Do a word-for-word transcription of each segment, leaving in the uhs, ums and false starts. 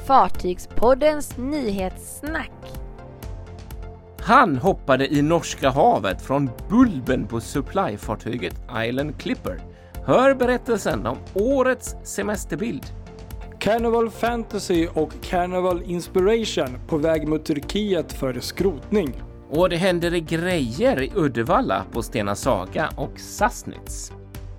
Fartygspoddens nyhetssnack. Han hoppade i Norska havet från bulben på supplyfartyget Island Clipper. Hör berättelsen om årets semesterbild. Carnival Fantasy och Carnival Inspiration på väg mot Turkiet för skrotning. Och det händer grejer i Uddevalla på Stena Saga och Sassnitz.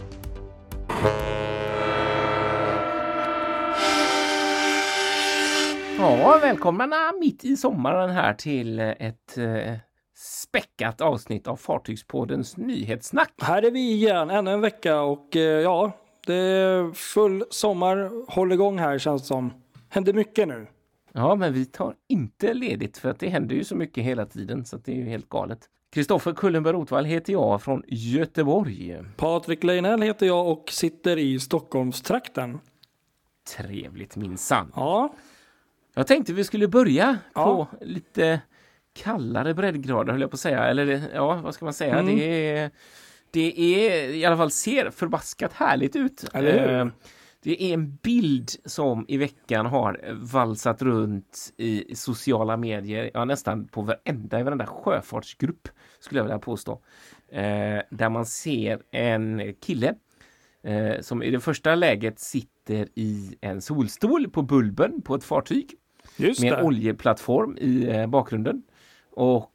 Ja, välkomna mitt i sommaren här till ett eh, späckat avsnitt av Fartygspoddens nyhetssnack. Här är vi igen, ännu en vecka och eh, ja, det är full sommar, håll igång här känns det som. Händer mycket nu. Ja, men vi tar inte ledigt för att det händer ju så mycket hela tiden så att det är ju helt galet. Kristoffer Kullenberg-Rotvall heter jag från Göteborg. Patrik Leinell heter jag och sitter i Stockholmstrakten. Trevligt minsann. Ja. Jag tänkte vi skulle börja ja. på lite kallare breddgrader höll jag på att säga. Eller ja, vad ska man säga? Mm. Det är... Det är i alla fall ser förbaskat härligt ut. Eller? Det är en bild som i veckan har valsat runt i sociala medier. Ja, nästan på varenda, i varenda sjöfartsgrupp skulle jag vilja påstå. Eh, där man ser en kille eh, som i det första läget sitter i en solstol på bulben på ett fartyg. Just med det. En oljeplattform i eh, bakgrunden. Och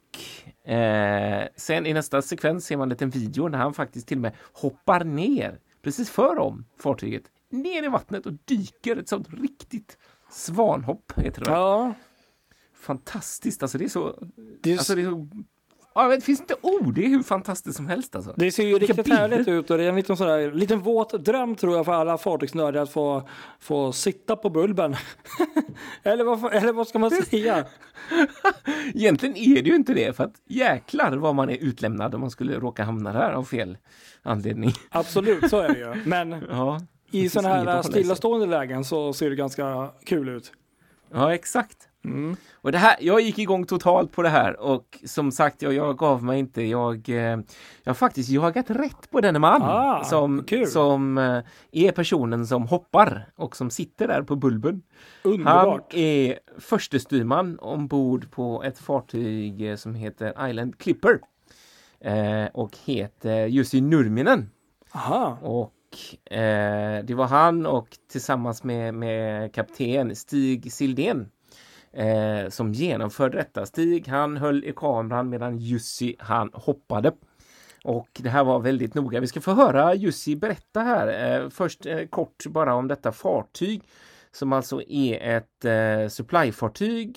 Eh, sen i nästa sekvens ser man en liten video när han faktiskt till och med hoppar ner precis förom fartyget ner i vattnet och dyker ett sånt riktigt svanhopp heter det. Ja. Fantastiskt, alltså det är så det är... alltså det är så ja, det finns inte ord, det är hur fantastiskt som helst alltså. Det ser ju Vilka riktigt bilder. härligt ut och det är en liten, sådär, liten våt dröm tror jag för alla fartygsnördar att få, få sitta på bulben. eller, vad, eller vad ska man säga? Egentligen är det ju inte det för att jäklar vad man är utlämnad om man skulle råka hamna där av fel anledning. Absolut, så är det ju. Men ja, i sådana här stillastående lägen så ser det ganska kul ut. Ja, exakt. Mm. Och det här, jag gick igång totalt på det här och som sagt, jag, jag gav mig inte. Jag, eh, jag har faktiskt jagat rätt på denne man ah, som, som eh, är personen som hoppar och som sitter där på bulben. Underbart. Han är förstestyrman ombord på ett fartyg som heter Island Clipper eh, och heter Jussi Nurminen. Aha. Och eh, det var han och tillsammans med, med kapten Stig Sildén Eh, som genomförde detta. Stig han höll i kameran medan Jussi han hoppade. Och det här var väldigt noga. Vi ska få höra Jussi berätta här. Eh, först eh, kort bara om detta fartyg som alltså är ett eh, supplyfartyg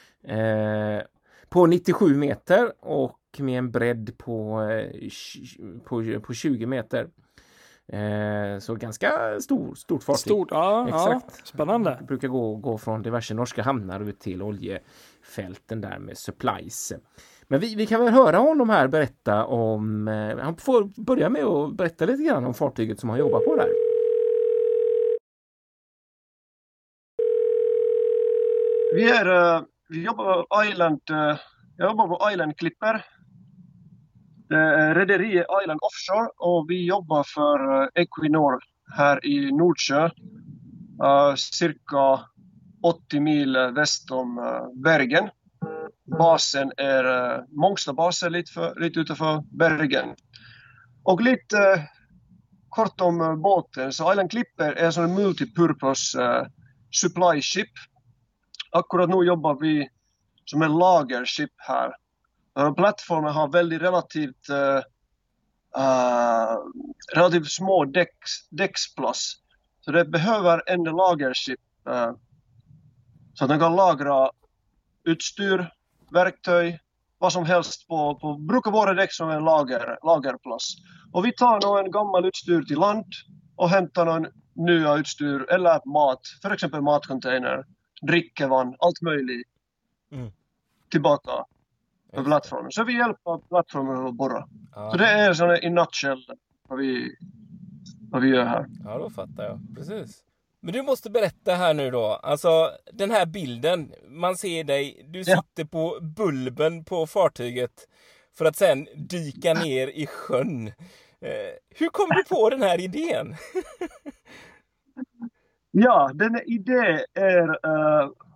eh, på nittiosju meter och med en bredd på, eh, på, på tjugo meter. Eh, så ganska stor, stort fartyg. Stort, ja, exakt. Ja, spännande. Det brukar gå, gå från diverse norska hamnar ut till oljefälten där med supplies. Men vi, vi kan väl höra honom här berätta om, eh, han får börja med att berätta lite grann om fartyget som han jobbar på där. Vi är, uh, vi jobbar på Island, uh, jag jobbar på Island Clipper. Rederiet Island Offshore och vi jobbar för Equinor här i Nordsjö. Uh, cirka åttio mil väst om uh, Bergen. Basen är uh, Mångstadbasen lite, för, lite utanför Bergen. Och lite uh, kort om uh, båten. Så Island Clipper är en sån multipurpose uh, supply ship. Akkurat nu jobbar vi som en lagership här. Plattformen har väldigt relativt, uh, uh, relativt små däcks, däcksplats. Så det behöver en lagership uh, så att den kan lagra utstyr, verktyg, vad som helst på, på brukar vara däck som en lager, lagerplats. Och vi tar någon gammal utstyr till land och hämtar någon nya utstyr eller mat, för exempel matcontainer, drickevann, allt möjligt mm. tillbaka. På plattformen. Så vi hjälper plattformen att borra. Ah. Så det är sån i nutshell vad vi, vad vi gör här. Ja, då fattar jag. Precis. Men du måste berätta här nu då. Alltså, den här bilden. Man ser dig. Du sitter ja. på bulben på fartyget. För att sen dyka ner i sjön. Eh, hur kom du på den här idén? Ja, den idén är... Uh,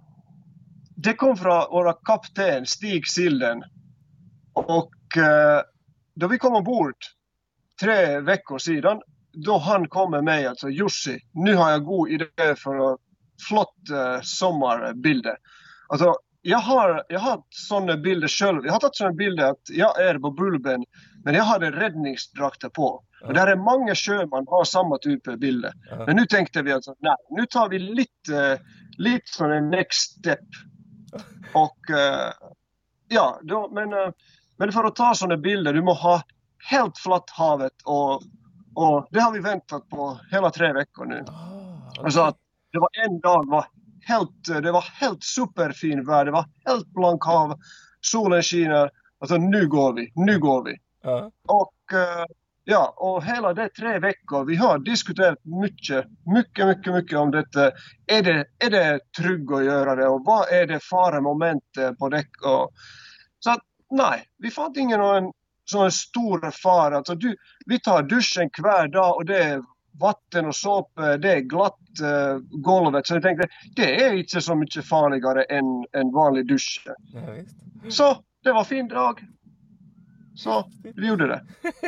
det kom från våra kapten Stig Silden. Och eh, då vi kom ombord tre veckor sedan, då han kom med mig, alltså Jussi, nu har jag god idé för flott eh, sommarbilder. Alltså, jag har, jag har sådana bilder själv. Jag har tagit sådana bilder att jag är på Bulben, men jag hade räddningsdrakter på. Ja. Och där är många sjömän har samma typ av bilder. Ja. Men nu tänkte vi alltså, nej, nu tar vi lite, lite som en next step. Och eh, ja, då, men, eh, men för att ta sådana bilder, du måste ha helt flatt havet och, och det har vi väntat på hela tre veckor nu. Ah, okay. Alltså att det var en dag var helt, det var helt superfin väder, det var helt blank hav, solen skiner, alltså nu går vi, nu går vi. Uh. Och ja, och hela det tre veckor, vi har diskuterat mycket, mycket, mycket, mycket om detta. Är det, är det tryggt att göra det och vad är det faremoment på däck? Och, så att nej, vi fann ingen någon sån stor fara. Alltså, du, vi tar duschen kvar dag och det är vatten och såpa, det är glatt uh, golvet. Så jag tänkte, det är inte så mycket farligare än en vanlig dusch. Ja, visst. Så det var fin dag. Så vi gjorde det.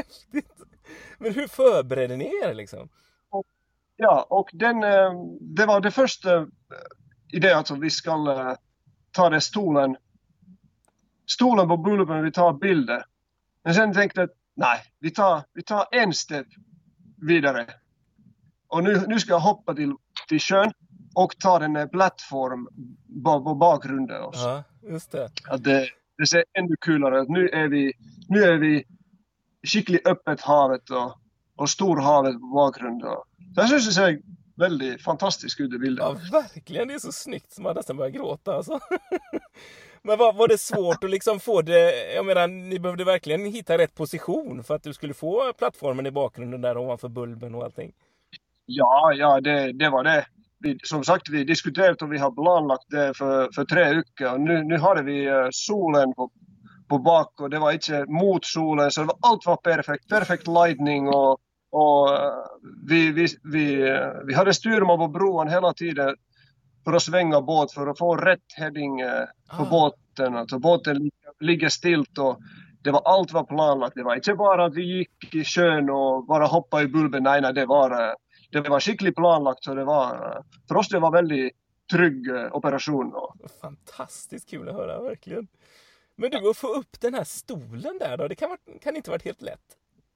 Men hur förberedde ni er liksom? Och, ja, och den, det var det första idén, alltså vi ska ta det stolen. Stolen på Bulben, vi tar bilder. Men sen tänkte jag, nej, vi tar, vi tar en steg vidare. Och nu, nu ska jag hoppa till, till sjön och ta den plattform på, på bakgrunden. Också. Ja, just det. Att det, det ser ännu kulare. Nu är vi, nu är vi skickligt öppet havet och, och stor havet på bakgrunden. Så jag syns det ser väldigt fantastiskt ut i bilden. Ja, verkligen. Det är så snyggt som man nästan börjar gråta. Alltså. Men var, var det svårt att liksom få det... Jag menar, ni behövde verkligen hitta rätt position för att du skulle få plattformen i bakgrunden där ovanför Bulben och allting. Ja, ja det, det var det. Vi, som sagt, vi diskuterat och vi har planlagt det för, för tre veckor. Och nu, nu hade vi uh, solen på, på bak och det var inte mot solen. Så det var, allt var perfekt. Perfekt lightning och, och uh, vi, vi, vi, uh, vi hade styrman på broan hela tiden för att svänga båt, för att få rätt heading uh, på ah. båten. Alltså båten li, ligger stilt och det var, allt var planlagt. Det var inte bara att vi gick i sjön och bara hoppade i Bulben. Nej, nej, det var... Uh, Det var skickligt planlagt, så det var, för oss det var väldigt trygg operation. Fantastiskt kul att höra, verkligen. Men du, att få upp den här stolen där då, det kan, kan inte varit helt lätt.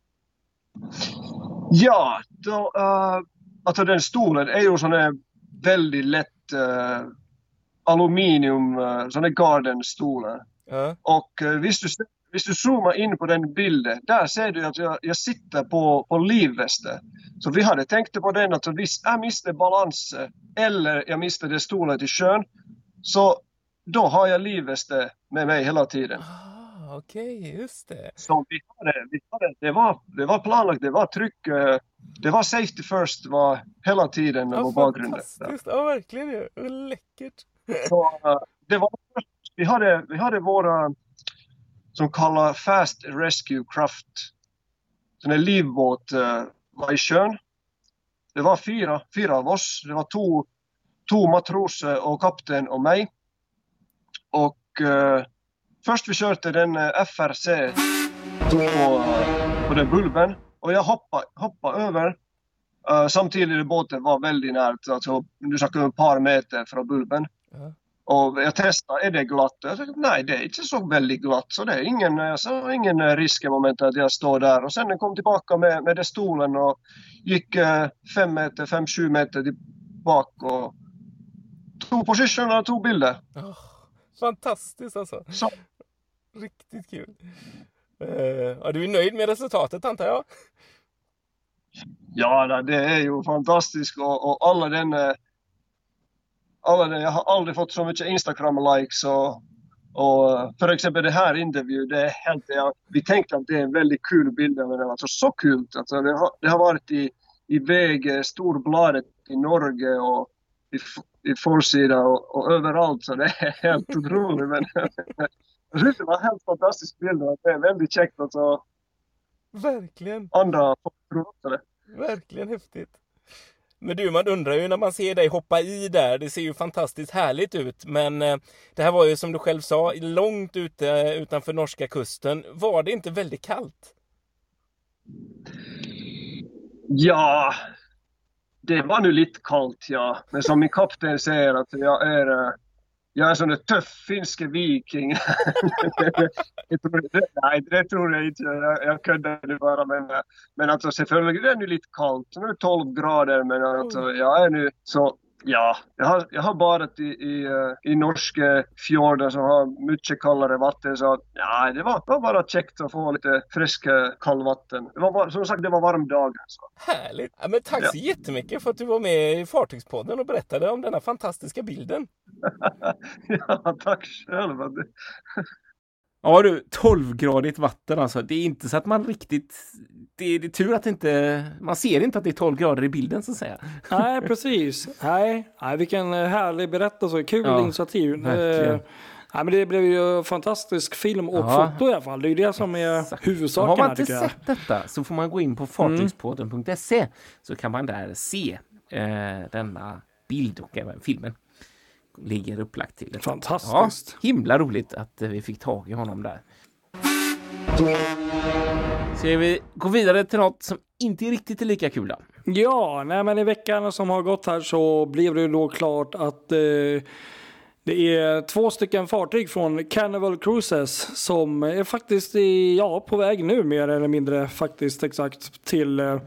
Ja, då, uh, alltså den stolen är ju sån här väldigt lätt uh, aluminium, uh, sån här garden-stolen. Uh. Och uh, visst du Hvis du zoomar in på den bilden, där ser du att jag, jag sitter på, på livvästen. Så vi hade tänkt på den att hvis jag miste balans eller jag miste det stolet i sjön, så då har jag livvästen med mig hela tiden. Ah, okej, okay, just det. Så vi hade, vi hade, det, var, det var planlagt, det var tryck, det var safety first var hela tiden ja, på bakgrunden. Fantastiskt, ja verkligen, ja. Läckert. Så det var, vi hade, vi hade våra... som kallar Fast Rescue Craft. Så en livbåt uh, var i sjön. Det var fyra, fyra av oss. Det var två, två matroser och kapten och mig. Och uh, först vi körde den uh, F R C på, uh, på den Bulben. Och jag hoppade, hoppade över. Uh, samtidigt båten var väldigt nära. Alltså, du snackar om ett par meter från Bulben. Uh-huh. Och jag testade, är det glatt? Jag sa, nej, det är inte så väldigt glatt. Så det är ingen, alltså, ingen risk i momentet att jag står där. Och sen kom tillbaka med, med det stolen och gick eh, fem meter, fem, sju meter tillbaka och tog positioner och tog bilder. Oh, fantastiskt alltså. Så. Riktigt kul. Uh, är du nöjd med resultatet, antar jag? Ja, det är ju fantastiskt. Och, och alla den... Alla den, jag har aldrig fått så mycket Instagram-likes och, och för exempel det här intervju, det är helt, ja, vi tänkte att det är en väldigt kul bild, men det var alltså så kul. Alltså det, har, det har varit i, i väg, Storbladet i Norge och i, i forsida och, och överallt, så det är helt otroligt. Men det var helt fantastisk bild och det är väldigt käckt. Alltså, verkligen. Andra folk tror också det. Verkligen häftigt. Men du, man undrar ju när man ser dig hoppa i där. Det ser ju fantastiskt härligt ut. Men eh, det här var ju som du själv sa, långt ute utanför norska kusten. Var det inte väldigt kallt? Ja, det var nu lite kallt, ja. Men som min kapten säger att jag är, jag är en sån där tuff finske viking. jag tror, nej, det tror jag inte. Jag, jag kunde det bara. Men, men alltså selvfølgelig det är nu lite kallt. Nu är det tolv grader, men alltså, jag är nu så... Ja, jag har, jag har badat i, i, i norska fjordar som har mycket kallare vatten. Så ja, det var, det var bara käckt att få lite friska kallvatten. Det var bara, som sagt, det var varm dag. Så. Härligt! Ja, men tack så ja. jättemycket för att du var med i Fartygspodden och berättade om denna fantastiska bilden. Ja, tack själv. Ja du, tolv-gradigt vatten alltså. Det är inte så att man riktigt... Det är, det är tur att inte... Man ser inte att det är tolv grader i bilden så att säga. Nej, precis. Nej, nej vilken härlig berättelse. Kul ja, initiativ. Verkligen. Eh, nej, men det blev ju fantastisk film och ja. foto i alla fall. Det är ju det som är Exakt. huvudsaken. Har man här, inte sett detta så får man gå in på fartygspodden punkt se mm. så kan man där se eh, denna bild och även filmen. Ligger upplagt till det. Fantastiskt. Ja, himla roligt att vi fick tag i honom där. Ska vi gå vidare till något som inte är riktigt lika kul då? Ja, nej, men i veckan som har gått här så blev det då klart att eh, det är två stycken fartyg från Carnival Cruises som är faktiskt i, ja, på väg nu mer eller mindre faktiskt exakt till eh,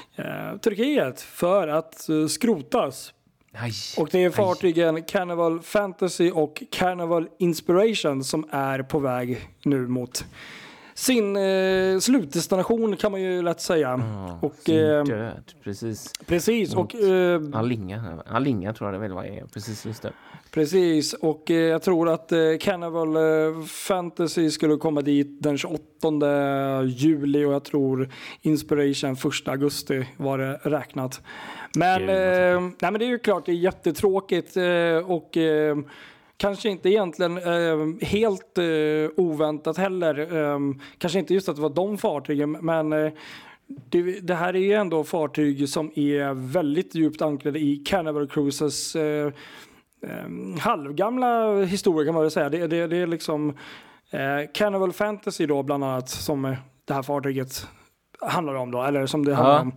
Turkiet för att eh, skrotas. Aj, och det är fartygen aj. Carnival Fantasy och Carnival Inspiration som är på väg nu mot sin eh, slutdestination kan man ju lätt säga. Oh, och eh, död, precis. Precis mot och eh, Allinga, Allinga tror jag det väl var är precis just det. Precis och eh, jag tror att eh, Carnival eh, Fantasy skulle komma dit den tjugoåttonde juli och jag tror Inspiration första augusti var det räknat. Men, eh, nej, men det är ju klart det är jättetråkigt eh, och eh, kanske inte egentligen eh, helt eh, oväntat heller. Eh, kanske inte just att det var de fartygen men eh, det, det här är ju ändå fartyg som är väldigt djupt ankrade i Carnival Cruises eh, eh, halvgamla historia kan man väl säga. Det, det, det är liksom eh, Carnival Fantasy då bland annat som det här fartyget handlar om då, eller som det handlar ja. om.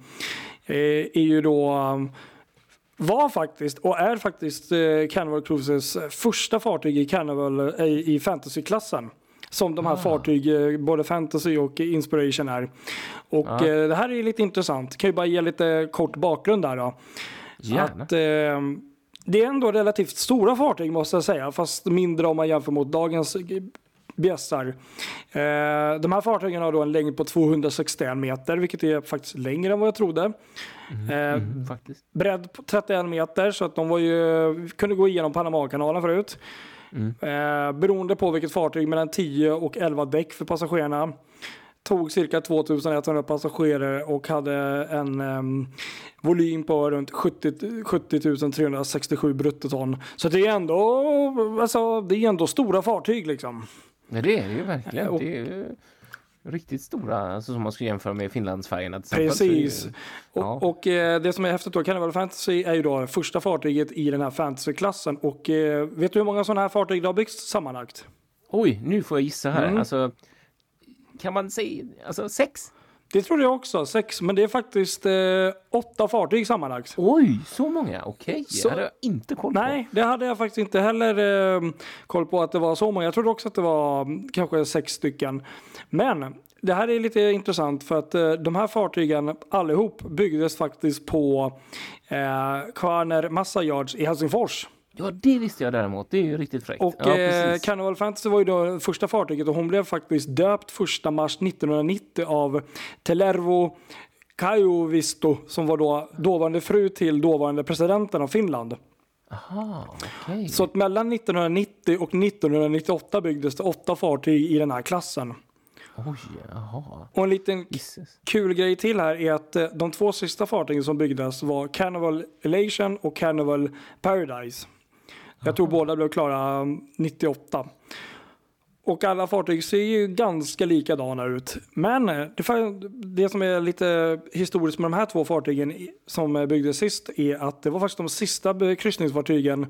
är ju då var faktiskt och är faktiskt Carnival Cruises första fartyg i Carnival i fantasyklassen som de här ah. fartyg både Fantasy och Inspiration är. Och ah. det här är lite intressant. Kan ju bara ge lite kort bakgrund där då. Gärna. Att eh, det är ändå relativt stora fartyg måste jag säga, fast mindre om man jämför mot dagens bjässar. Eh, de här fartygen har då en längd på tvåhundrasextioen meter, vilket är faktiskt längre än vad jag trodde. Mm, eh, mm, faktiskt. Bredd på trettioen meter, så att de var ju, kunde gå igenom Panamakanalen förut. Mm. Eh, beroende på vilket fartyg, mellan tio och elva däck för passagerarna. Tog cirka tvåtusenetthundra passagerare och hade en um, volym på runt sjuttio tusen trehundrasextiosju bruttoton. Så det är ändå, alltså, det är ändå stora fartyg liksom. Ja, det är det ju verkligen. Och, det är ju riktigt stora, alltså, som man ska jämföra med Finlandsfärgerna. Precis. Ju, ja. Och, och eh, det som är häftigt då, Carnival Fantasy är ju då första fartyget i den här fantasyklassen. Och eh, vet du hur många sådana här fartyg det har byggts sammanlagt? Oj, nu får jag gissa här. Mm. Alltså, kan man säga, alltså sex? Det tror jag också, sex. Men det är faktiskt eh, åtta fartyg sammanlagt. Oj, så många? Okej, okay. Det hade jag inte koll på. Nej, det hade jag faktiskt inte heller eh, koll på att det var så många. Jag trodde också att det var kanske sex stycken. Men det här är lite intressant för att eh, de här fartygen allihop byggdes faktiskt på eh, Kvarner Massa Yards i Helsingfors. Ja, det visste jag däremot. Det är ju riktigt fräckt. Och ja, eh, Carnival Fantasy var ju då första fartyget och hon blev faktiskt döpt första mars nittonhundranittio av Tellervo Kaivoisto som var då dåvarande fru till dåvarande presidenten av Finland. Aha, okay. Så att mellan nittonhundranittio och nittonhundranittioåtta byggdes det åtta fartyg i den här klassen. Oj, jaha. Och en liten Jesus. kul grej till här är att de två sista fartygen som byggdes var Carnival Elation och Carnival Paradise. Jag tror båda blev klara nittioåtta. Och alla fartyg ser ju ganska likadana ut. Men det, det som är lite historiskt med de här två fartygen som byggdes sist är att det var faktiskt de sista kryssningsfartygen,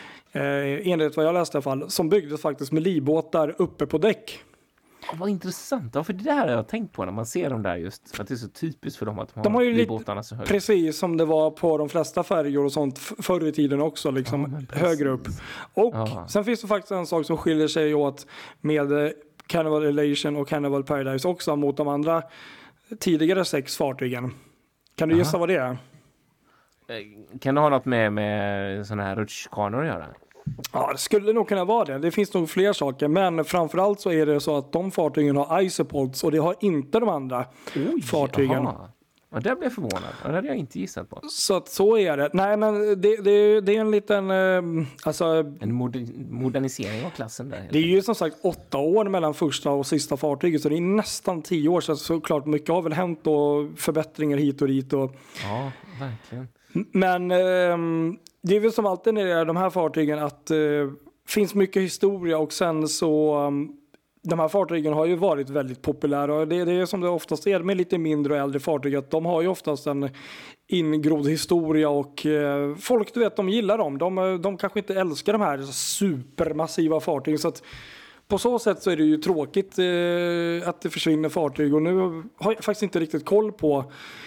eh, enligt vad jag läste i alla fall, som byggdes faktiskt med livbåtar uppe på däck. Ja, vad intressant. Ja, för det där har jag tänkt på när man ser dem där, just för att det är så typiskt för dem att de har, de har ju livbåtarna så högt. Precis som det var på de flesta färjor och sånt förr i tiden också, liksom ja, högre upp. Och ja. Sen finns det faktiskt en sak som skiljer sig åt med Carnival Elation och Carnival Paradise också mot de andra tidigare sex fartygen. Kan du Aha. gissa vad det är? Kan det ha något med, med sådana här rutschkanor att göra? Ja, det skulle nog kunna vara det. Det finns nog fler saker. Men framförallt så är det så att de fartygen har isopods och det har inte de andra Oj, fartygen. Aha. Ja, där blev jag förvånad. Ja, det hade jag inte gissat på. Så att så är det. Nej, men det, det, det är en liten... Eh, alltså, en moder- modernisering av klassen där. Det är ju som sagt åtta år mellan första och sista fartyget. Så det är nästan tio år. Så såklart mycket har väl hänt och förbättringar hit och dit. Och... Ja, verkligen. Men... Eh, det är väl som alltid när det är de här fartygen att det eh, finns mycket historia och sen så um, de här fartygen har ju varit väldigt populära och det, det är som det oftast är med lite mindre och äldre fartyg att de har ju oftast en ingrodd historia och eh, folk du vet de gillar dem. De, de kanske inte älskar de här supermassiva fartygen så att på så sätt så är det ju tråkigt eh, att det försvinner fartyg och nu har jag faktiskt inte riktigt koll på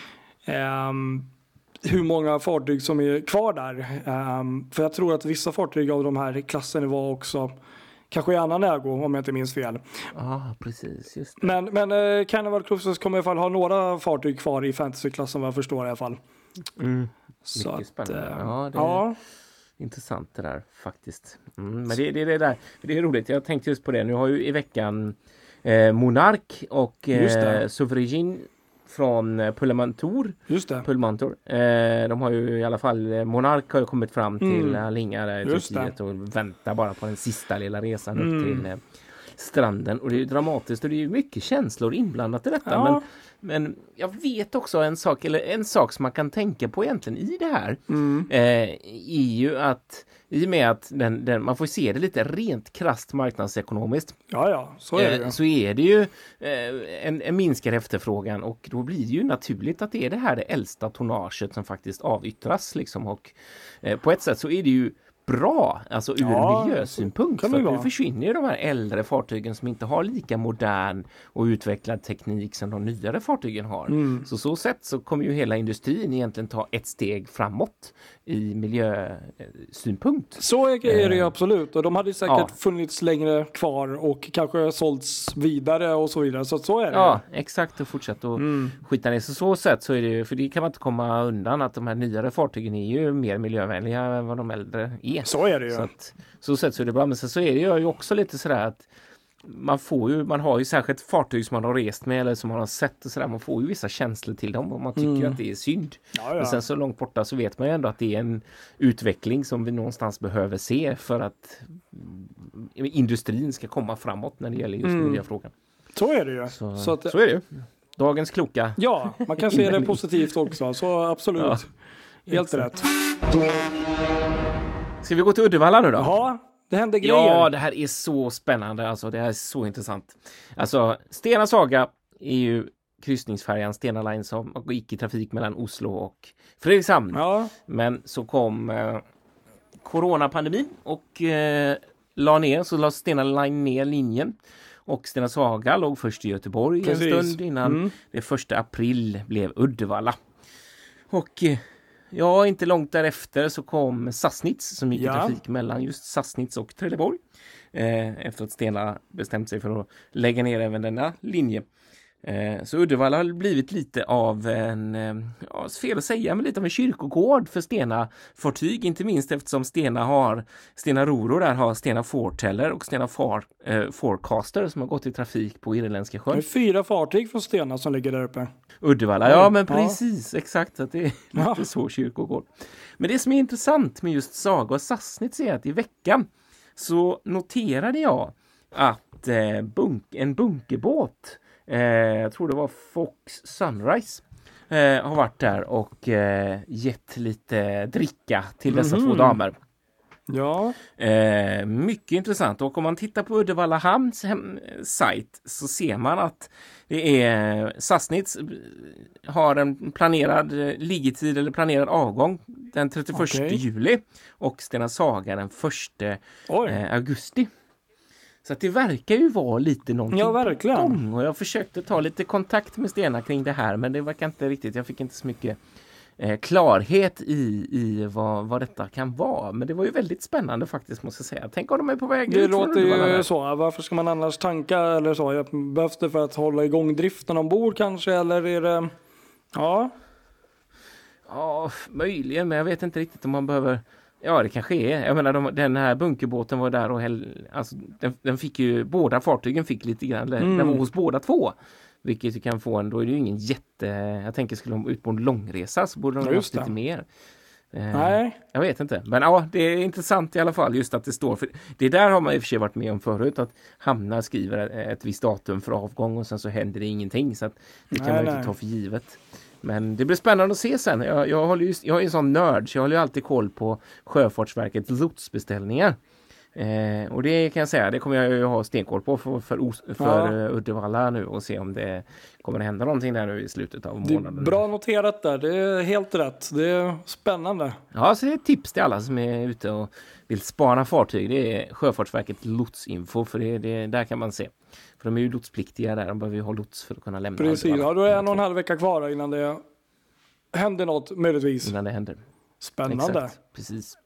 eh, hur många fartyg som är kvar där. Um, för jag tror att vissa fartyg av de här klasserna var också kanske i annan ägo om jag inte minns fel. Ja, ah, precis. Just det. Men, men uh, Carnival Cruises kommer i alla fall ha några fartyg kvar i fantasyklassen vad jag förstår i alla fall. Mm. Så mycket att, spännande. Uh, ja, det är ja. intressant det där faktiskt. Mm, men det, det, det, där, det är roligt. Jag tänkte just på det. Nu har ju i veckan eh, Monark och eh, Sovereign från Pullmantur. Just det. Pullmantur. Eh, de har ju i alla fall, Monark har ju kommit fram till mm. Linga där i Turkiet och väntar bara på den sista lilla resan mm. upp till eh, stranden. Och det är ju dramatiskt och det är ju mycket känslor inblandat i detta. Ja. Men, men jag vet också en sak, eller en sak som man kan tänka på egentligen i det här mm. eh, är ju att i och med att den, den, man får se det lite rent krasst marknadsekonomiskt. Ja, ja, så är det. Eh, så är det ju eh, en, en minskad efterfrågan och då blir det ju naturligt att det är det här det äldsta tonnaget som faktiskt avyttras liksom och eh, på ett sätt så är det ju bra, alltså ur ja, miljösynpunkt. För nu försvinner ju de här äldre fartygen som inte har lika modern och utvecklad teknik som de nyare fartygen har. Mm. Så så sätt så kommer ju hela industrin egentligen ta ett steg framåt i miljösynpunkt. Så är det ju absolut. Och de hade säkert ja. funnits längre kvar och kanske sålts vidare och så vidare. Så så är det. Ja, exakt. Och fortsätta att mm. skita ner. Så så sätt så är det ju, för det kan man inte komma undan att de här nyare fartygen är ju mer miljövänliga än vad de äldre är. Så är det ju. Så, att, så sätt så är det bra. Men sen så är det ju också lite sådär att man får ju, man har ju särskilt fartyg som man har rest med eller som man har sett och sådär, man får ju vissa känslor till dem och man tycker mm. att det är synd. Ja, ja. Men sen så långt borta så vet man ju ändå att det är en utveckling som vi någonstans behöver se för att industrin ska komma framåt när det gäller just mm. miljöfrågan. Så är det ju. Så, så, att, så är det ju. Dagens kloka. Ja, man kan se det positivt också. Så absolut. Ja, helt rätt. Ska vi gå till Uddevalla nu då? Ja, det händer grejer. Ja, det här är så spännande. Alltså, det här är så intressant. Alltså, Stena Saga är ju kryssningsfärjan Stena Line som gick i trafik mellan Oslo och Fredrikshamn. Ja. Men så kom eh, coronapandemin och eh, la ner, så la Stena Line ner linjen. Och Stena Saga låg först i Göteborg Precis. en stund innan mm. det första april blev Uddevalla. Och eh, ja, inte långt därefter så kom Sassnitz som gick ja. i trafik mellan just Sassnitz och Trelleborg. Eh, efter att Stena bestämt sig för att lägga ner även denna linje. Eh, så Uddevalla har blivit lite av en, eh, ja, fel att säga, men lite av en kyrkogård för Stena-fartyg. Inte minst eftersom Stena har, Stena Roro där har Stena Foreteller och Stena Far, eh, Forecaster som har gått i trafik på Irländska sjön. Det är fyra fartyg från Stena som ligger där uppe. Uddevalla, ja men precis, ja. exakt, att det är lite ja. så kyrkogård. Men det som är intressant med just Saga och Sassnitz är att i veckan så noterade jag att eh, bunk, en bunkerbåt, eh, jag tror det var Fox Sunrise, eh, har varit där och eh, gett lite dricka till dessa mm-hmm. två damer. Ja. Eh, mycket intressant. Och om man tittar på Uddevalla Hamns hem- sajt så ser man att det är Sassnitz har en planerad liggetid eller planerad avgång den trettioförsta Okej. juli och Stena Saga den första Oj. eh, augusti. Så att det verkar ju vara lite någonting Ja, verkligen. på gång. Och jag försökte ta lite kontakt med Stena kring det här, men det verkar inte riktigt. Jag fick inte så mycket eh, klarhet i, i vad, vad detta kan vara. Men det var ju väldigt spännande faktiskt, måste jag säga. Tänk om de är på väg Det ut från låter Uddevalla ju här. så. Varför ska man annars tanka eller så? Behövs det för att hålla igång driften ombord kanske? Eller är det... Ja. Ja, möjligen, men jag vet inte riktigt om man behöver... Ja, det kanske är. Jag menar, de, den här bunkerbåten var där och häll, alltså, den, den fick ju, båda fartygen fick lite grann, Mm. den var hos båda två. Vilket du kan få en, då är det ju ingen jätte, jag tänker skulle de ut på en långresa så borde de Ja, ha just haft lite det. mer. Eh, Nej. Jag vet inte, men ja, det är intressant i alla fall just att det står, för det där har man i och för sig varit med om förut, att hamnar skriver ett visst datum för avgång och sen så händer det ingenting, så att det kan Nej, man ju nej. inte ta för givet. Men det blir spännande att se sen. Jag, jag, håller ju, jag är en sån nörd så jag håller ju alltid koll på Sjöfartsverkets lotsbeställningar. Eh, och det kan jag säga, det kommer jag ju ha stenkoll på för, för, Os- för Ja. uh, Uddevalla nu och se om det kommer att hända någonting där nu i slutet av Det är månaden. bra noterat där. Det är helt rätt. Det är spännande. Ja, så det är ett tips till alla som är ute och vill spana fartyg. Det är Sjöfartsverket lotsinfo, för det, det, där kan man se. För de är ju lotspliktiga där, de behöver ju ha lots för att kunna lämna Precis. Uddevalla. Ja, då är en och en halv vecka kvar innan det händer något möjligtvis. Innan det händer. Spännande. Exakt, precis.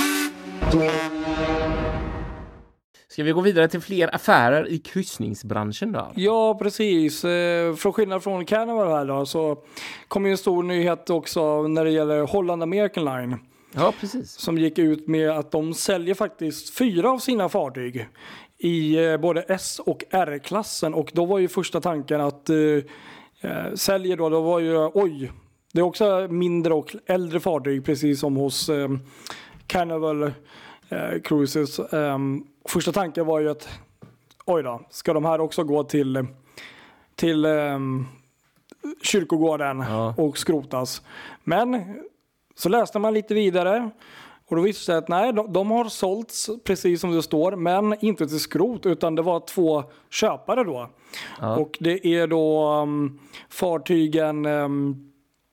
Ska vi gå vidare till fler affärer i kryssningsbranschen då? Ja, precis. Eh, Från skillnad från Carnival här då, så kom ju en stor nyhet också när det gäller Holland American Line. Ja, precis. Som gick ut med att de säljer faktiskt fyra av sina fartyg i eh, både S- och R-klassen. Och då var ju första tanken att eh, eh, säljer då, då var ju, oj, det är också mindre och äldre fartyg precis som hos eh, Carnival eh, Cruises. Eh, första tanken var ju att, oj då, ska de här också gå till, till eh, kyrkogården Ja. och skrotas. Men så läste man lite vidare och då visste sig att nej, de, de har sålts precis som det står, men inte till skrot utan det var två köpare då. Ja. Och det är då um, fartygen um,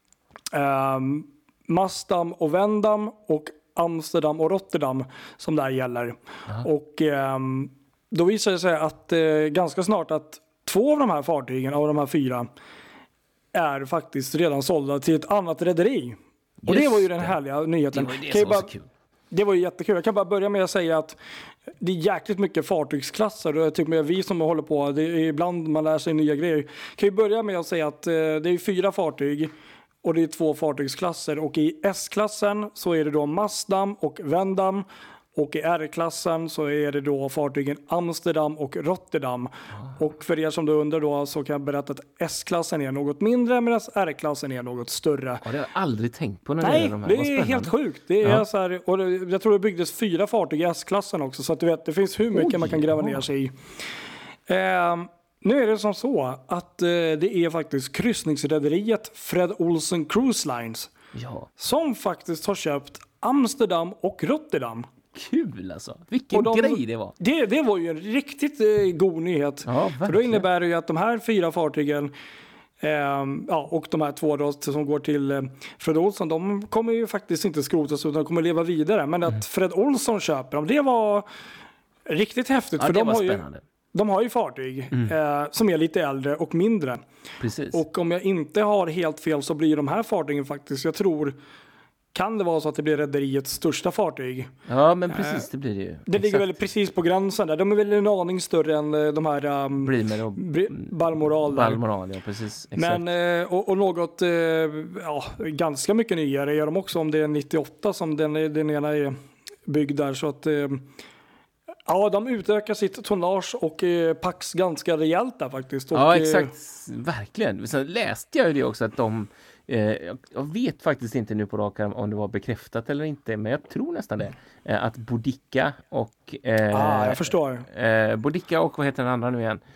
um, Masdam och Vendam och Amsterdam och Rotterdam som där gäller. Och um, då visade det sig att uh, ganska snart att två av de här fartygen av de här fyra är faktiskt redan sålda till ett annat rederi. Och det Just var ju den det. härliga Det nyheten. var ju det Kan jag som var bara- så kul. det var ju jättekul. Jag kan bara börja med att säga att det är jäkligt mycket fartygsklasser och jag tycker att vi som håller på, det är ibland man lär sig nya grejer. Kan ju börja med att säga att eh, det är fyra fartyg och det är två fartygsklasser och i S-klassen så är det då Masdam och Vendam och i R-klassen så är det då fartygen Amsterdam och Rotterdam. Och för er som då undrar då så kan jag berätta att S-klassen är något mindre medan R-klassen är något större. Ja, det har jag aldrig tänkt på när det Nej, gäller de här. det Vad är spännande. helt sjukt. Det är Ja. så här, och det, jag tror det byggdes fyra fartyg i S-klassen också, så att du vet, det finns hur mycket Oj, man kan gräva ja. ner sig i. Ehm, nu är det som så att eh, det är faktiskt kryssningsrederiet Fred Olsen Cruise Lines Ja, som faktiskt har köpt Amsterdam och Rotterdam. kul alltså. Vilken Och de- grej det var. Det, det var ju en riktigt eh, god nyhet. Ja, För då verkligen. innebär det ju att de här fyra fartygen ehm, ja, och de här två då, som går till eh, Fred Olsson, de kommer ju faktiskt inte skrotas utan de kommer leva vidare. Men Mm. att Fred Olsson köper dem, det var riktigt häftigt. Ja, för det de var har, ju, spännande. de har ju fartyg eh, som är lite äldre och mindre. Precis. Och om jag inte har helt fel så blir de här fartygen faktiskt, jag tror, kan det vara så att det blir rederiets största fartyg. Ja, men precis, det blir det ju. Det ligger väl precis på gränsen där. De är väl en aning större än eh, de här um, Brimer och Bri- Balmoral. där. Balmoral, ja precis. Exakt. Men, eh, och, och något, eh, ja, ganska mycket nyare gör de också om det är nittioåtta som den, den ena är byggd där. Så att, eh, ja, de utökar sitt tonnage och eh, pax ganska rejält där faktiskt. Och, Ja, eh, exakt. Verkligen. Sen läste jag ju det också att de eh, jag- jag vet faktiskt inte nu på rak arm om det var bekräftat eller inte, men jag tror nästan det. Eh, att Boudica och eh, ah, jag förstår. eh, Boudica och vad heter den andra nu igen?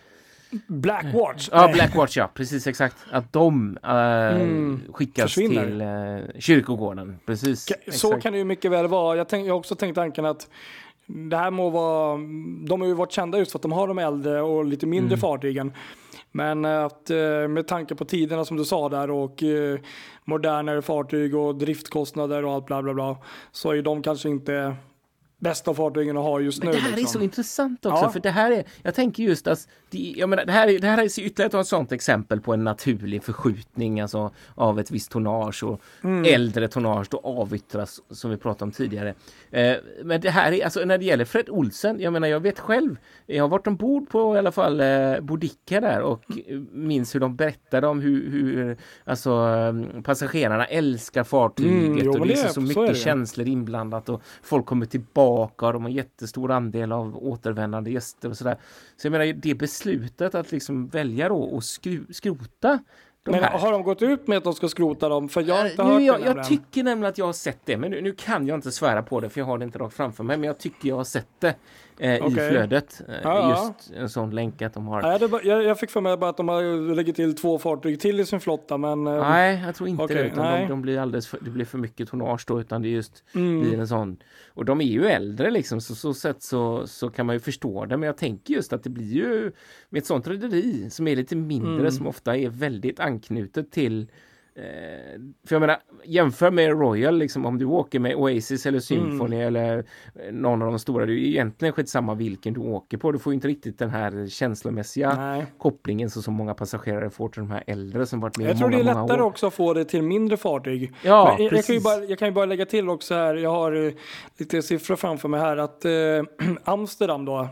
Blackwatch. Ja, Blackwatch, ja. Precis, exakt. Att de äh, Mm, skickas försvinner. till äh, kyrkogården. Precis. Ka- Så exakt. kan det ju mycket väl vara. Jag, tänk, jag har också tänkt tanken att det här må vara, de har ju varit kända just för att de har de äldre och lite mindre Mm. fartygen. Men att eh, med tanke på tiderna som du sa där och eh, modernare fartyg och driftkostnader och allt bla bla bla, så är ju de kanske inte bästa fartygen att ha just Men nu. det här liksom. är så intressant också, Ja. för det här är, jag tänker just att det, jag menar, det här är, det här är ytterligare ett sånt exempel på en naturlig förskjutning alltså, av ett visst tonnage och Mm. äldre tonnage då avyttras som vi pratade om tidigare. Eh, men det här är, alltså när det gäller Fred Olsen, jag menar jag vet själv, jag har varit ombord på i alla fall eh, Boudica där och minns hur de berättade om hur, hur alltså eh, passagerarna älskar fartyget Mm, jo, och men det är det- så, så så är mycket det. känslor inblandat och folk kommer tillbaka och de har jättestor andel av återvändande gäster och sådär. Så jag menar, det beslutet att liksom välja då och skru- skrota de Men här. har de gått ut med att de ska skrota dem? För jag har inte Nu, hört jag, det jag nämligen. tycker nämligen att jag har sett det, men nu, nu kan jag inte svära på det för jag har det inte rakt framför mig, men jag tycker jag har sett det eh, i Okej. flödet. Eh, Ja, ja. just en sån länk att de har. Nej, det, var- jag, jag fick för mig bara att de har lägger till två fartyg till i sin flotta, men... eh, Nej, jag tror inte Okej, det. Utan nej. de, de blir alldeles för, det blir för mycket tonnage då, utan det är just Mm. blir en sån. Och de är ju äldre liksom, så så sätt så, så kan man ju förstå det. Men jag tänker just att det blir ju med ett sånt rederi som är lite mindre, Mm. som ofta är väldigt anknutet till eh, för jag menar, jämför med Royal liksom, om du åker med Oasis eller Symphony Mm. eller eh, någon av de stora, det är ju egentligen skitsamma vilken du åker på. Du får ju inte riktigt den här känslomässiga Nej. kopplingen så som många passagerare får till de här äldre som varit med Jag i tror många, det är många lättare år. också att få det till mindre fartyg. Ja, Men jag, jag, kan ju precis. bara, jag kan ju bara lägga till också här, jag har eh, lite siffror framför mig här, att eh, Amsterdam då,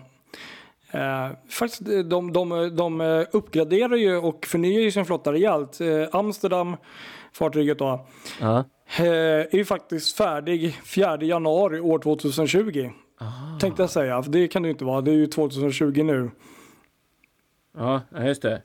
eh, faktiskt eh, de, de, de eh, uppgraderar ju och förnyar ju sin flotta rejält. Eh, Amsterdam, fartyget då, Ja. eh, är ju faktiskt färdig fjärde januari år tjugohundratjugo. Ah. Tänkte jag säga, för det kan det ju inte vara, det är ju tjugohundratjugo nu. Ja, just det.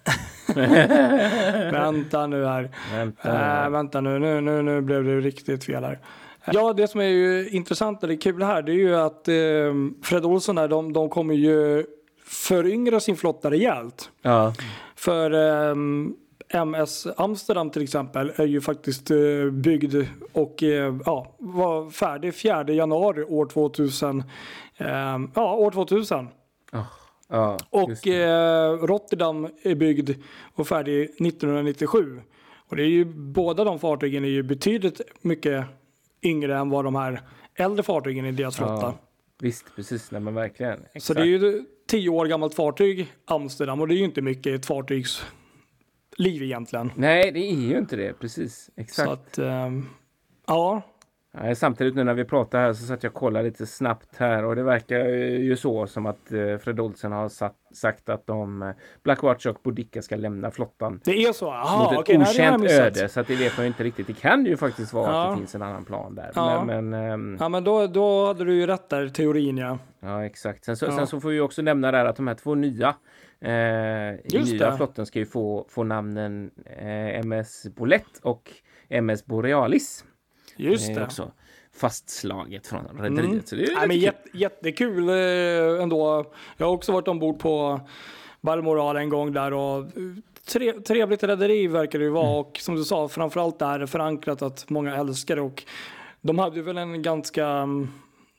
Vänta nu här. Vänta. Äh, vänta nu, nu, nu, nu blev det riktigt fel här. Ja, det som är ju intressant och det är kul här, det är ju att eh, Fred Olsen där, de, de kommer ju föryngra sin flotta rejält. Ja. För eh, M S Amsterdam till exempel är ju faktiskt eh, byggd och eh, ja, var färdig fjärde januari år tvåtusen. Eh, ja, år tvåtusen. Oh. Ja, just Och det. eh, Rotterdam är byggd och färdig nittonhundranittiosju. Och det är ju, båda de fartygen är ju betydligt mycket yngre än vad de här äldre fartygen i deras flotta. Ja, visst, precis. Nej, men verkligen. Exakt. Så det är ju tio år gammalt fartyg, Amsterdam, och det är ju inte mycket i ett fartygs liv egentligen. Nej, det är ju inte det. Precis. Exakt. Så att, ehm, ja. Nej, samtidigt nu när vi pratar här så satt jag och kollade lite snabbt här och det verkar ju så som att eh, Fred Olsen har satt, sagt att de eh, Blackwatch och Boudica ska lämna flottan Det är så? Aha, mot ett okej, nej, det har jag okänt missat. öde, så att det vet man ju inte riktigt. Det kan ju faktiskt vara Ja. att det finns en annan plan där. Ja. Men, men ehm, Ja, men då, då hade du ju rätt där, teorin, ja. ja, exakt. Sen så, Ja. sen så får vi också nämna där att de här två nya eh, i Just nya det. flotten ska ju få, få namnen eh, M S Bolett och M S Borealis. Just det är det. också fastslaget från rederiet. Mm. Så det är Nej, men lite kul. jätte, jättekul eh, ändå. Jag har också varit ombord på Balmoral en gång där och eh, tre, trevligt rederi verkar det ju vara. Mm. Och som du sa, framförallt är det förankrat att många älskar det. Och de hade ju väl en ganska um,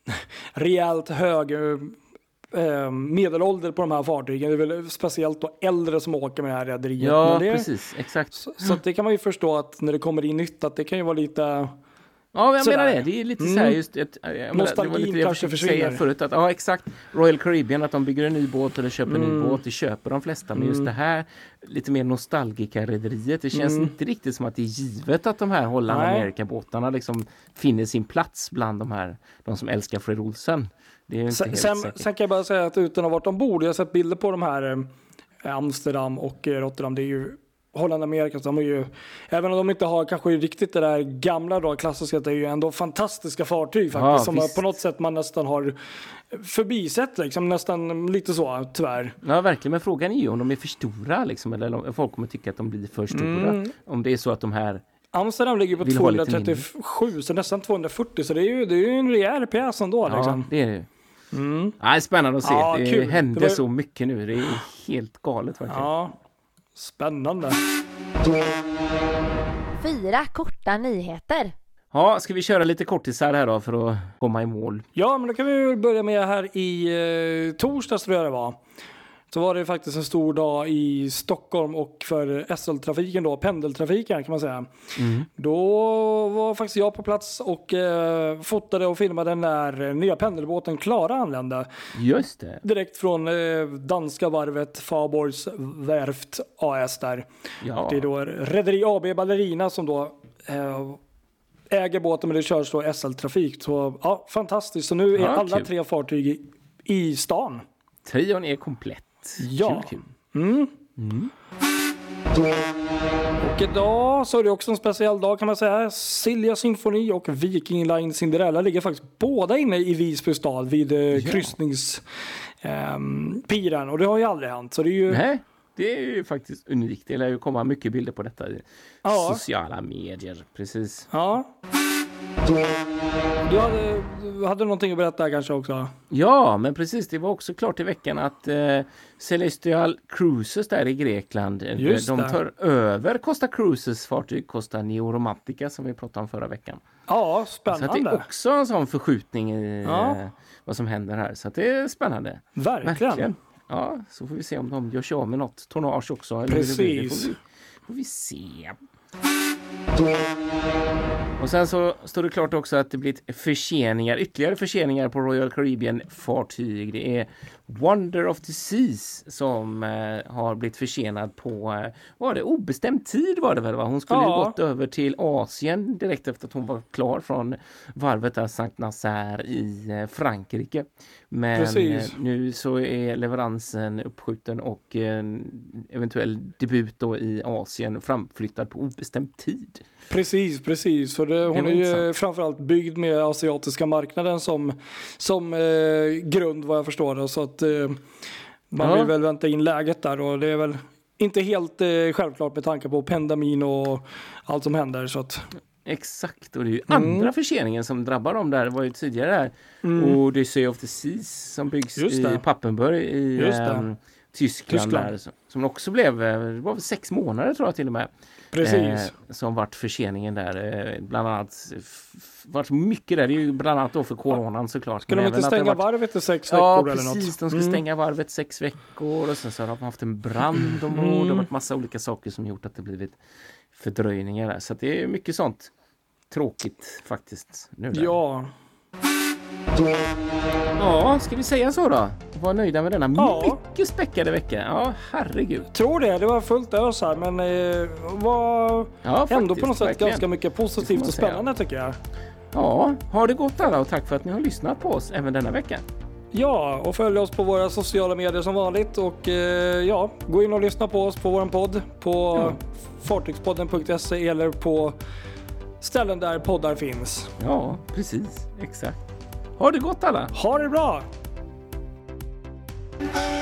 rejält hög eh, medelålder på de här fartygen. Det är väl speciellt då äldre som åker med det här rederiet. Ja, Men det, precis. Exakt. Så, så att det kan man ju förstå att när det kommer in nytt att det kan ju vara lite... Ja, jag Sådär. menar det. Det är lite Mm. så här just... Ett, jag menar, Nostalgin det var lite det jag kanske försökte säga försvinner. förut. Att, ja, exakt. Royal Caribbean, att de bygger en ny båt eller köper en ny Mm. båt. Det köper de flesta. Men just Mm. det här lite mer nostalgika-rederiet. Det känns Mm. inte riktigt som att det är givet att de här Holland Nej. Amerika-båtarna liksom finner sin plats bland de här, de som älskar Fred Olsen. Det är ju inte Sen, helt sen, säkert. sen kan jag bara säga att utan att ha varit ombord, jag har sett bilder på de här eh, Amsterdam och eh, Rotterdam, det är ju Holland Amerika, de är ju, även om de inte har kanske riktigt det där gamla då, klassiska, det är ju ändå fantastiska fartyg faktiskt, Ja, som visst. på något sätt man nästan har förbisett liksom, nästan lite så, tyvärr. Ja, verkligen. Men frågan är ju om de är för stora liksom, eller om folk kommer tycka att de blir för stora. Mm. Om det är så att de här... Amsterdam ligger på Vill ha lite tvåhundratrettiosju, så nästan tvåhundrafyrtio, så det är ju, det är ju en rejäl pjäs ändå Ja, liksom. det är det ju. Mm. Ja, spännande att se. Ja, det kul. händer Det var... så mycket nu. Det är helt galet verkligen. Ja, spännande. Fyra korta nyheter. Ja, ska vi köra lite kortisar här då för att komma i mål? Ja, men då kan vi väl börja med här i eh, torsdags tror jag det var. Så var det faktiskt en stor dag i Stockholm och för S L-trafiken då, pendeltrafiken kan man säga. Mm. Då var faktiskt jag på plats och eh, fotade och filmade när nya pendelbåten Klara anlände. Just det. Direkt från eh, danska varvet Faborgs Werft A S där. Ja. Det är då Rederi A B Ballerina som då eh, äger båten, men det körs då S L-trafik. Så ja, fantastiskt. Så nu är Ja, alla kul. tre fartyg i, i stan. Trion är komplett. Ja. Kul, kul. Mm. Mm. Och idag så är det också en speciell dag kan man säga. Silja Symfoni och Viking Line Cinderella ligger faktiskt båda inne i Visby stad vid eh, Ja. kryssningspiren. Eh, och det har ju aldrig hänt. Så det är ju... Nej, det är ju faktiskt unikt. Det lär ju komma mycket bilder på detta i Ja. sociala medier. Precis. Ja. Du hade, du hade någonting att berätta kanske också? Ja, men precis. Det var också klart i veckan att eh, Celestial Cruises där i Grekland, eh, Just de det. tar över Costa Cruises fartyg Costa Neoromantica som vi pratade om förra veckan. Ja, Så spännande. att det är också en sån förskjutning i Ja. eh, vad som händer här. Så att det är spännande. Verkligen. Ja, så får vi se om de gör sig av med något tonnage också. Eller hur det blir. Det Precis. får vi, får vi se. Och sen så står det klart också att det blivit förseningar, ytterligare förseningar på Royal Caribbean-fartyg. Det är Wonder of the Seas som eh, har blivit försenad på, eh, var det obestämd tid var det väl va? Hon skulle Ja. ju gått över till Asien direkt efter att hon var klar från varvet där Saint Nazaire i eh, Frankrike. Men Precis. eh, nu så är leveransen uppskjuten och en eventuell debut då i Asien framflyttad på obestämd tid. Precis, precis. För det, hon var är ju intressant. framförallt byggd med asiatiska marknaden som, som eh, grund vad jag förstår. Det. Så att eh, man Ja. vill väl vänta in läget där och det är väl inte helt eh, självklart med tanke på pandemin och allt som händer. Så att, Exakt, och det är ju Mm. andra förseningen som drabbar dem där. Det var ju tidigare här. Mm. Odyssey of the Seas som byggs Just i det. Pappenburg i Just det. ehm, Tyskland. Tyskland. Där, som, som också blev, eh, det var väl sex månader tror jag till och med. precis. Eh, som vart förseningen där. Eh, bland annat f- f- vart mycket där. Det är ju bland annat då för coronan såklart. Ska de Men inte även att det stänga varit- varvet i sex Ja, veckor eller precis. något? De ska Mm. stänga varvet sex veckor och sen så har de haft en brand ombord. Mm. Det har varit massa olika saker som gjort att det blivit fördröjningar där. Så att det är mycket sånt tråkigt faktiskt. Nu där. Ja, Ja, ska vi säga så då? Var nöjda med denna Ja. mycket späckade vecka. Ja, herregud. tror det. Det var fullt ös här men eh, var Ja, ändå faktiskt, på något sätt verkligen. ganska mycket Det får positivt man och säga. spännande tycker jag. Ja, har det gått alla och tack för att ni har lyssnat på oss även denna vecka. Ja, och följ oss på våra sociala medier som vanligt och eh, ja, gå in och lyssna på oss på vår podd på Ja. fartygspodden punkt se eller på ställen där poddar finns. Ja, precis. Exakt. Har det gått alla? Ha det bra!